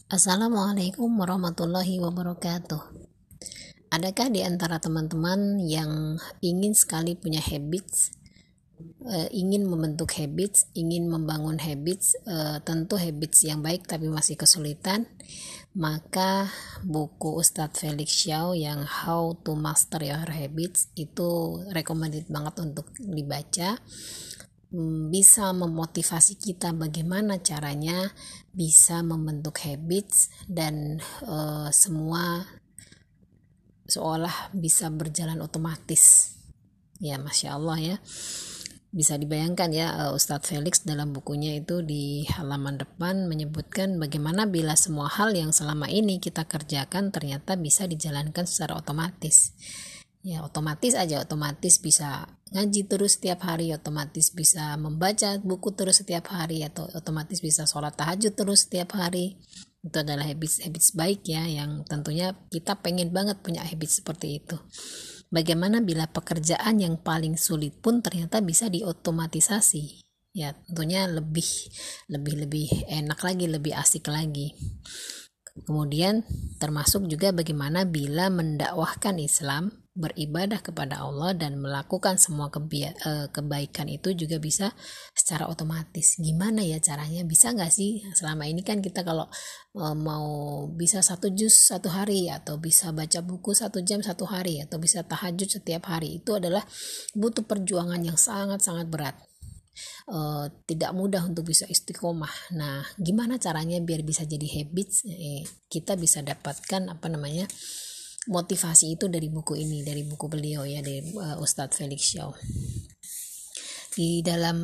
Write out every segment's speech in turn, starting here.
Assalamualaikum warahmatullahi wabarakatuh. Adakah di antara teman-teman yang ingin sekali punya habits, ingin membentuk habits, ingin membangun habits, tentu habits yang baik tapi masih kesulitan? Maka buku Ustadz Felix Xiao yang How to Master Your Habits itu recommended banget untuk dibaca. Bisa memotivasi kita bagaimana caranya bisa membentuk habits dan semua seolah bisa berjalan otomatis. Ya, Masya Allah ya. Bisa dibayangkan ya, Ustadz Felix dalam bukunya itu di halaman depan menyebutkan bagaimana bila semua hal yang selama ini kita kerjakan ternyata bisa dijalankan secara otomatis. Ya, otomatis bisa ngaji terus setiap hari, otomatis bisa membaca buku terus setiap hari, atau otomatis bisa sholat tahajud terus setiap hari. Itu adalah habits baik ya, yang tentunya kita pengen banget punya habits seperti itu. Bagaimana bila pekerjaan yang paling sulit pun ternyata bisa diotomatisasi? Ya, tentunya lebih enak lagi, lebih asik lagi. Kemudian termasuk juga bagaimana bila mendakwahkan Islam, beribadah kepada Allah dan melakukan semua kebaikan itu juga bisa secara otomatis. Gimana ya caranya? Bisa nggak sih? Selama ini kan kita kalau mau bisa 1 juz 1 hari, atau bisa baca buku 1 jam 1 hari, atau bisa tahajud setiap hari, itu adalah butuh perjuangan yang sangat-sangat berat. Tidak mudah untuk bisa istiqomah. Nah, gimana caranya biar bisa jadi habits? Kita bisa dapatkan motivasi itu dari buku ini, dari buku beliau ya, dari Ustadz Felix Xiao. Di dalam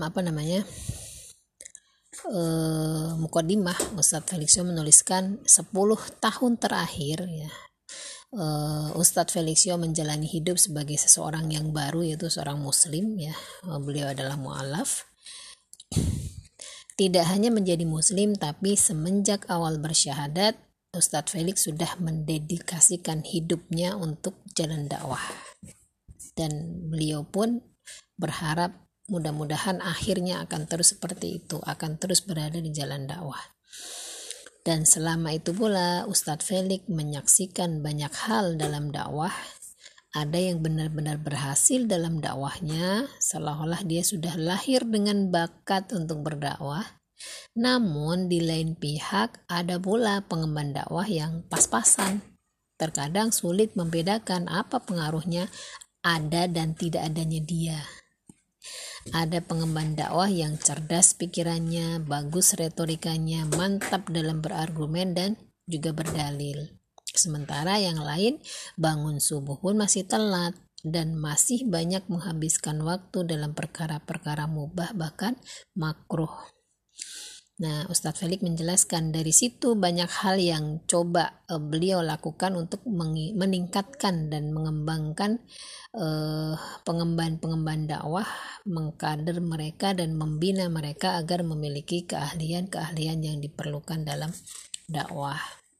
mukadimah, Ustadz Felix Xiao menuliskan 10 tahun terakhir ya, Ustadz Felix Xiao menjalani hidup sebagai seseorang yang baru, yaitu seorang muslim ya. Beliau adalah mu'alaf. Tidak hanya menjadi muslim, tapi semenjak awal bersyahadat, Ustadz Felix sudah mendedikasikan hidupnya untuk jalan dakwah. Dan beliau pun berharap mudah-mudahan akhirnya akan terus seperti itu, akan terus berada di jalan dakwah. Dan selama itu pula Ustadz Felix menyaksikan banyak hal dalam dakwah. Ada yang benar-benar berhasil dalam dakwahnya, seolah-olah dia sudah lahir dengan bakat untuk berdakwah. Namun di lain pihak ada pula pengemban dakwah yang pas-pasan. Terkadang sulit membedakan apa pengaruhnya ada dan tidak adanya dia. Ada pengemban dakwah yang cerdas pikirannya, bagus retorikanya, mantap dalam berargumen dan juga berdalil. Sementara yang lain bangun subuh pun masih telat dan masih banyak menghabiskan waktu dalam perkara-perkara mubah bahkan makruh. Nah, Ustadz Felix menjelaskan dari situ banyak hal yang coba beliau lakukan untuk meningkatkan dan mengembangkan pengemban dakwah, mengkader mereka dan membina mereka agar memiliki keahlian yang diperlukan dalam dakwah.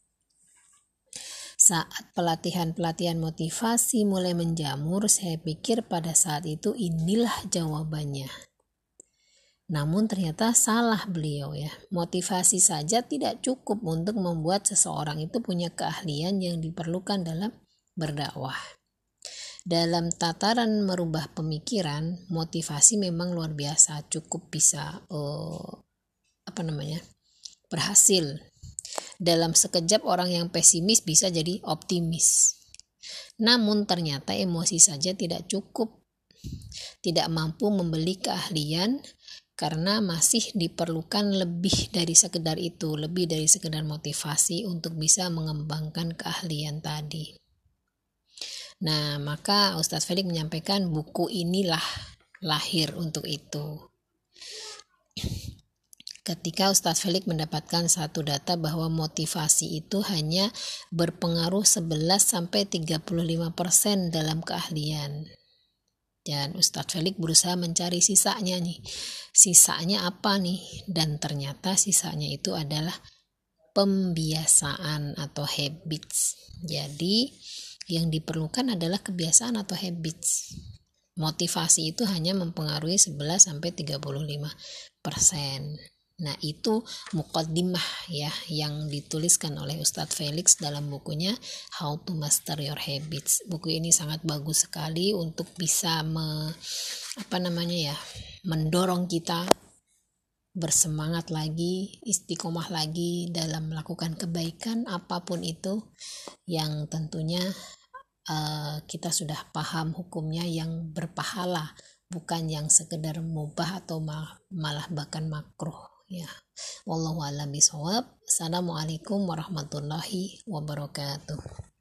Saat pelatihan motivasi mulai menjamur, saya pikir pada saat itu inilah jawabannya. Namun ternyata salah beliau ya. Motivasi saja tidak cukup untuk membuat seseorang itu punya keahlian yang diperlukan dalam berdakwah. Dalam tataran merubah pemikiran, motivasi memang luar biasa, cukup bisa berhasil. Dalam sekejap orang yang pesimis bisa jadi optimis. Namun ternyata emosi saja tidak cukup, tidak mampu membeli keahlian, karena masih diperlukan lebih dari sekedar itu, lebih dari sekedar motivasi untuk bisa mengembangkan keahlian tadi. Nah, maka Ustadz Felix menyampaikan buku inilah lahir untuk itu. Ketika Ustadz Felix mendapatkan satu data bahwa motivasi itu hanya berpengaruh 11-35% dalam keahlian. Dan Ustadz Felix berusaha mencari sisanya nih. Sisanya apa nih? Dan ternyata sisanya itu adalah pembiasaan atau habits. Jadi yang diperlukan adalah kebiasaan atau habits. Motivasi itu hanya mempengaruhi 11-35%. Nah, itu muqaddimah ya yang dituliskan oleh Ustadz Felix dalam bukunya How to Master Your Habits. Buku ini sangat bagus sekali untuk bisa mendorong kita bersemangat lagi, istiqomah lagi dalam melakukan kebaikan apapun itu, yang tentunya kita sudah paham hukumnya yang berpahala, bukan yang sekedar mubah atau malah bahkan makruh ya. Wallahu a'lam bishawab. Assalamualaikum warahmatullahi wabarakatuh.